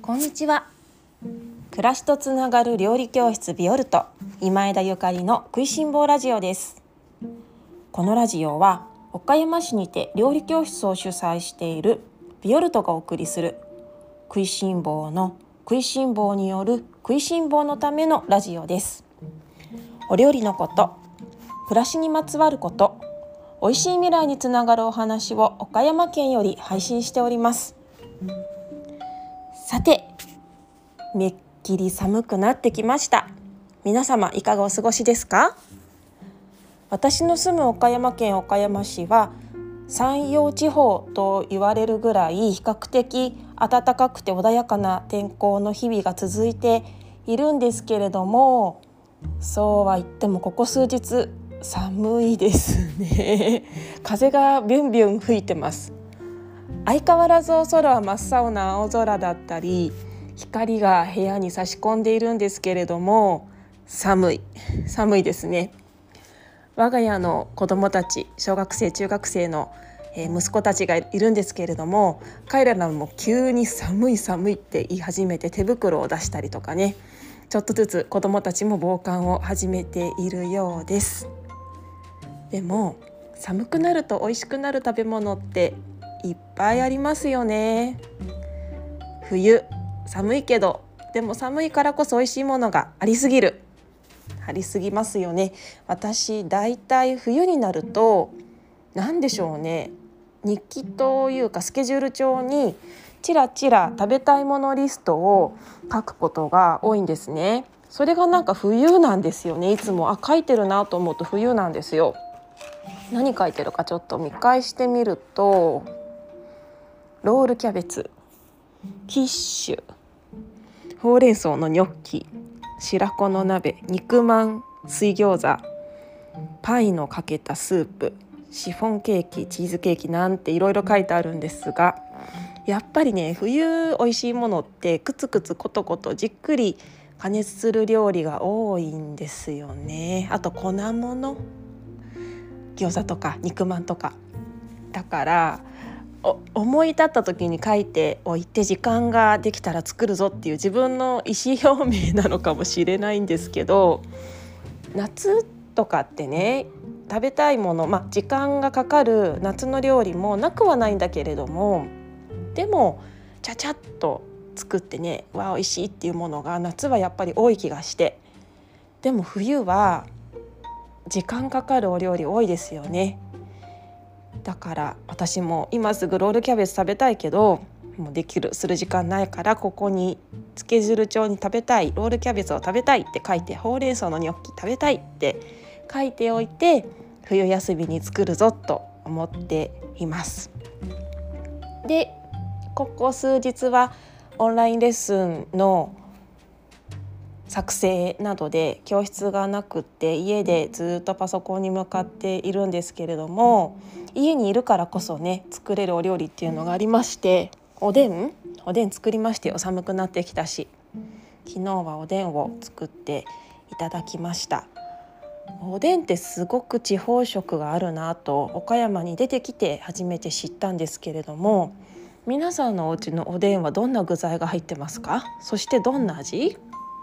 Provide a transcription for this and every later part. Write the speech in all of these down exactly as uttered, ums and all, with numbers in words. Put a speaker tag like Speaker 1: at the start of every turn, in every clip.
Speaker 1: こんにちは。暮らしとつながる料理教室ビオルト、今枝ゆかりの食いしん坊ラジオです。このラジオは岡山市にて料理教室を主催しているビオルトがお送りする食いしん坊の食いしん坊による食いしん坊のためのラジオです。お料理のこと、暮らしにまつわること、おいしい未来につながるお話を岡山県より配信しております。さて、めっきり寒くなってきました。皆様いかがお過ごしですか？私の住む岡山県岡山市は山陽地方と言われるぐらい比較的暖かくて穏やかな天候の日々が続いているんですけれども、そうは言ってもここ数日寒いですね。風がビュンビュン吹いてます。相変わらずお空は真っ青な青空だったり、光が部屋に差し込んでいるんですけれども、寒い寒いですね。我が家の子どもたち、小学生中学生の息子たちがいるんですけれども、彼らも急に寒い寒いって言い始めて手袋を出したりとかね、ちょっとずつ子どもたちも防寒を始めているようです。でも寒くなると美味しくなる食べ物っていっぱいありますよね。冬寒いけど、でも寒いからこそ美味しいものがありすぎるありすぎますよね。私だいたい冬になると何でしょうね、日記というかスケジュール帳にチラチラ食べたいものリストを書くことが多いんですね。それがなんか冬なんですよね。いつもあ書いてるなと思うと冬なんですよ。何書いてるかちょっと見返してみると、ロールキャベツ、キッシュ、ほうれん草のニョッキ、白子の鍋、肉まん、水餃子、パイのかけたスープ、シフォンケーキ、チーズケーキなんていろいろ書いてあるんですが、やっぱりね、冬おいしいものってくつくつコトコトじっくり加熱する料理が多いんですよね。あと粉物、餃子とか肉まんとかだから、思い立った時に書いておいて時間ができたら作るぞっていう自分の意思表明なのかもしれないんですけど、夏とかってね、食べたいもの、まあ、時間がかかる夏の料理もなくはないんだけれども、でもちゃちゃっと作ってね、わあ美味しいっていうものが夏はやっぱり多い気がして、でも冬は時間かかるお料理多いですよね。だから私も今すぐロールキャベツ食べたいけど、もうできるする時間ないから、ここにスケジュール帳に食べたいロールキャベツを食べたいって書いて、ほうれん草のニョッキ食べたいって書いておいて、冬休みに作るぞと思っています。で、ここ数日はオンラインレッスンの作成などで教室がなくって家でずっとパソコンに向かっているんですけれども、家にいるからこそね作れるお料理っていうのがありまして、おでんおでん作りましてよ。寒くなってきたし、昨日はおでんを作っていただきました。おでんってすごく地方色があるなと岡山に出てきて初めて知ったんですけれども、皆さんのお家のおでんはどんな具材が入ってますか？そしてどんな味？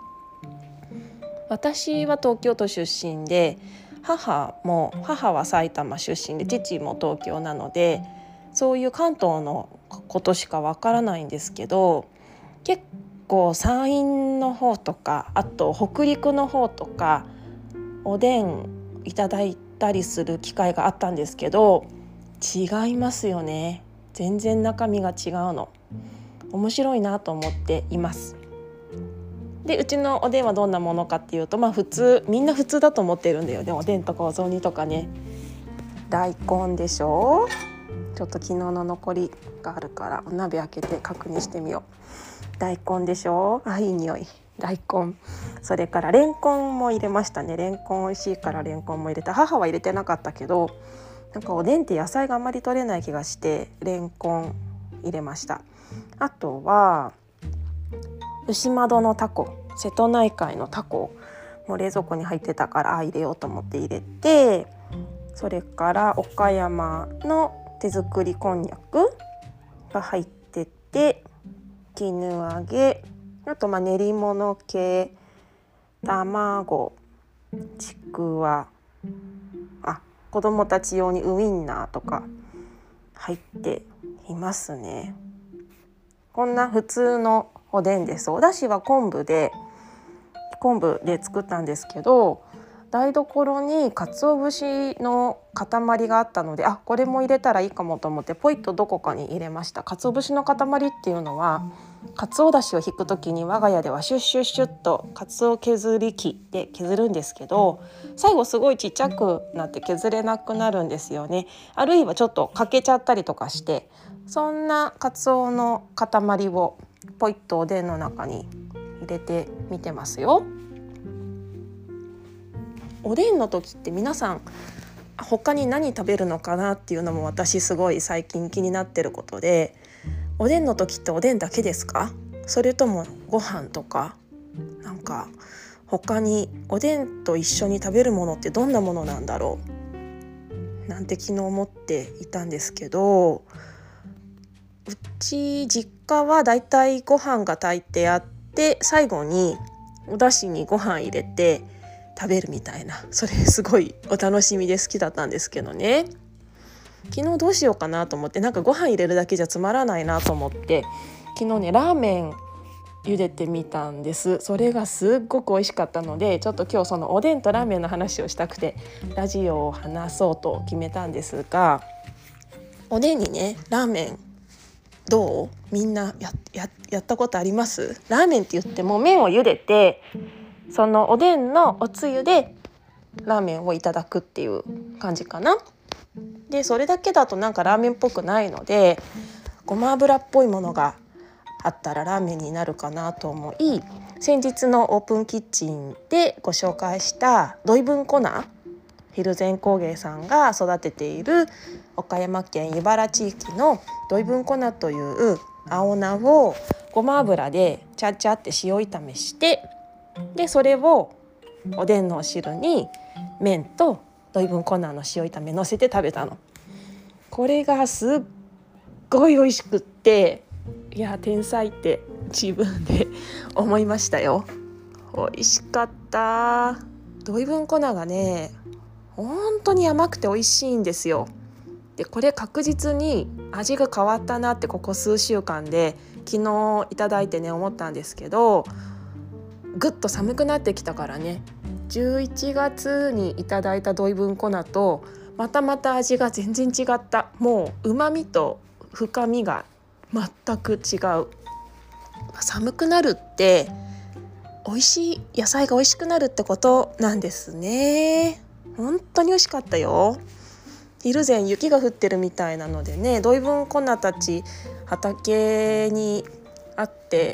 Speaker 1: 私は東京都出身で、母も母は埼玉出身で、父も東京なので、そういう関東のことしかわからないんですけど、結構山陰の方とか、あと北陸の方とかおでんいただいたりする機会があったんですけど、違いますよね。全然中身が違うの。面白いなと思っています。で、うちのおでんはどんなものかっていうと、まあ普通、みんな普通だと思ってるんだよ。でもおでんとかお雑煮とかね、大根でしょ。ちょっと昨日の残りがあるからお鍋開けて確認してみよう。大根でしょ。あ、いい匂い。大根、それからレンコンも入れましたね。レンコン美味しいからレンコンも入れた。母は入れてなかったけど、なんかおでんって野菜があんまり取れない気がしてレンコン入れました。あとは牛窓のタコ、瀬戸内海のタコも冷蔵庫に入ってたから、あ入れようと思って入れて、それから岡山の手作りこんにゃくが入ってて、 絹揚げ、あとまあ練り物系、卵、ちくわ、あ、子どもたち用にウインナーとか入っていますね。こんな普通のおでんです。お出汁は昆布で昆布で作ったんですけど、台所に鰹節の塊があったので、あ、これも入れたらいいかもと思ってポイッとどこかに入れました。鰹節の塊っていうのは鰹だしを引くときに我が家ではシュッシュッシュッと鰹削り器で削るんですけど、最後すごいちっちゃくなって削れなくなるんですよね。あるいはちょっと欠けちゃったりとかして、そんな鰹の塊をポイッとおでんの中に入れてみてますよ。おでんの時って皆さん他に何食べるのかなっていうのも私すごい最近気になってることで、おでんの時っておでんだけですか？それともご飯とか、なんか他におでんと一緒に食べるものってどんなものなんだろうなんて昨日思っていたんですけど、うち実家はだいたいご飯が炊いてあって、最後にお出汁にご飯入れて食べるみたいな、それすごいお楽しみで好きだったんですけどね。昨日どうしようかなと思って、なんかご飯入れるだけじゃつまらないなと思って、昨日ねラーメン茹でてみたんです。それがすっごく美味しかったので、ちょっと今日そのおでんとラーメンの話をしたくてラジオを話そうと決めたんですが、おでんにねラーメンどう？みんな や, や, やったことあります？ラーメンって言っても麺を茹でて、そのおでんのおつゆでラーメンをいただくっていう感じかな。でそれだけだとなんかラーメンっぽくないので、ごま油っぽいものがあったらラーメンになるかなと思い、先日のオープンキッチンでご紹介したドイブン粉、蒜山工芸さんが育てている岡山県湯原地域のドイブン粉という青菜をごま油でチャッチャって塩炒めして、でそれをおでんのお汁に麺とドイブン粉の塩炒め乗せて食べたの。これがすっごい美味しくって、いや天才って自分で思いましたよ。美味しかった。ドイブン粉がね本当に甘くて美味しいんですよ。でこれ確実に味が変わったなってここ数週間で昨日いただいてね思ったんですけど、ぐっと寒くなってきたからね、じゅういちがつにいただいたドイブン粉とまたまた味が全然違った。もう旨味と深みが全く違う。寒くなるって美味しい野菜が美味しくなるってことなんですね。本当に美味しかったよ。蒜山雪が降ってるみたいなのでね、ドイブン粉たち畑にあって、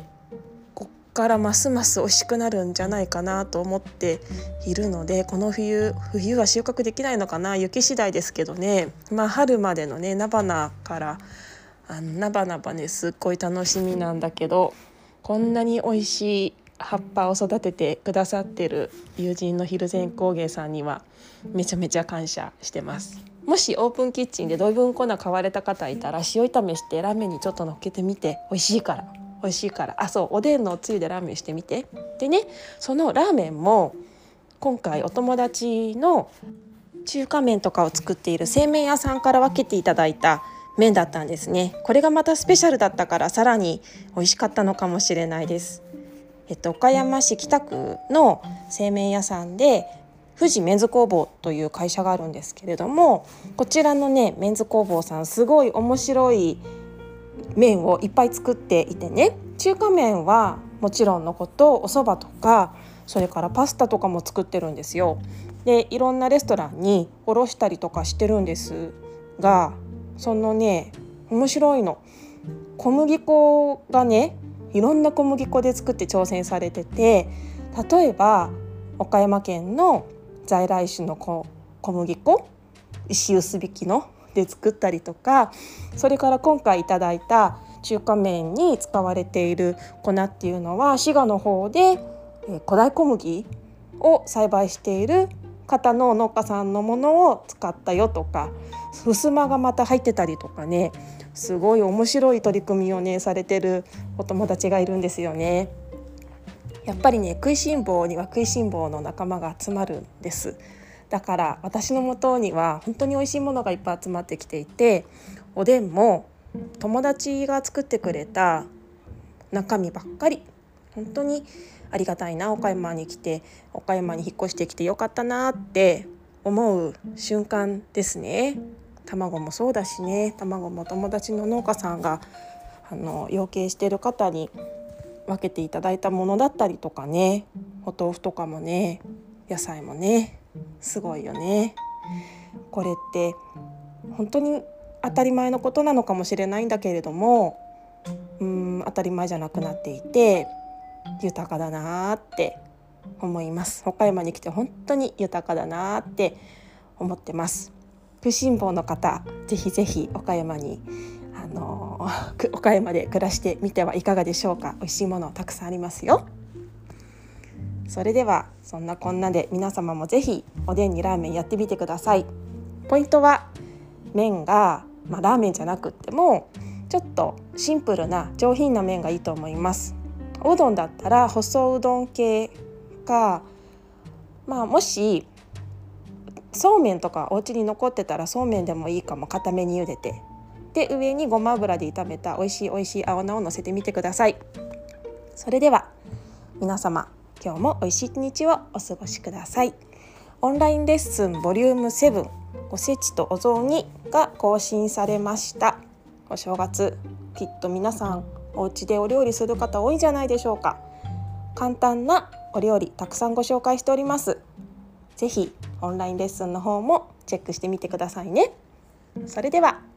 Speaker 1: こっからますます美味しくなるんじゃないかなと思っているので、この冬冬は収穫できないのかな、雪次第ですけどね、まあ春までのね菜花からあの菜花はねすっごい楽しみなんだけど、こんなに美味しい葉っぱを育ててくださってる友人の蒜山工芸さんにはめちゃめちゃ感謝してます。もしオープンキッチンでドイブン粉買われた方いたら、塩炒めしてラーメンにちょっと乗っけてみて、美味しいから美味しいからあそうおでんのおつゆでラーメンしてみて。でね、そのラーメンも今回お友達の中華麺とかを作っている製麺屋さんから分けていただいた麺だったんですね。これがまたスペシャルだったからさらに美味しかったのかもしれないです。えっと、岡山市北区の製麺屋さんで富士メンズ工房という会社があるんですけれども、こちらのねメンズ工房さんすごい面白い麺をいっぱい作っていてね、中華麺はもちろんのこと、お蕎麦とかそれからパスタとかも作ってるんですよ。でいろんなレストランに卸したりとかしてるんですが、そのね面白いの、小麦粉がねいろんな小麦粉で作って挑戦されてて、例えば岡山県の在来種の小麦粉、石臼引きので作ったりとか、それから今回いただいた中華麺に使われている粉っていうのは滋賀の方で古代小麦を栽培している方の農家さんのものを使ったよとか、ふすまがまた入ってたりとかね、 すごい面白い取り組みをねされてるお友達がいるんですよね。やっぱりね食いしん坊には食いしん坊の仲間が集まるんです。だから私の元には本当に美味しいものがいっぱい集まってきていて、おでんも友達が作ってくれた中身ばっかり。本当にありがたいな、岡山に来て岡山に引っ越してきてよかったなって思う瞬間ですね。卵もそうだしね、卵も友達の農家さんがあの養鶏している方に分けていただいたものだったりとかね、お豆腐とかもね、野菜もね、すごいよね。これって本当に当たり前のことなのかもしれないんだけれども、うーん当たり前じゃなくなっていて豊かだなって思います。岡山に来て本当に豊かだなって思ってます。食いしん坊の方、ぜひぜひ岡山にあの岡山で暮らしてみてはいかがでしょうか。美味しいものたくさんありますよ。それではそんなこんなで皆様もぜひおでんにラーメンやってみてください。ポイントは麺が、まあ、ラーメンじゃなくってもちょっとシンプルな上品な麺がいいと思います。おうどんだったら細うどん系か、まあ、もしそうめんとかお家に残ってたらそうめんでもいいかも。固めに茹でて、で上にごま油で炒めた美味しい美味しい青菜を乗せてみてください。それでは皆様、今日も美味しい一日をお過ごしください。オンラインレッスンボリュームセブン、おせちとお雑煮が更新されました。お正月きっと皆さんお家でお料理する方多いんじゃないでしょうか。簡単なお料理たくさんご紹介しております。ぜひオンラインレッスンの方もチェックしてみてくださいね。それでは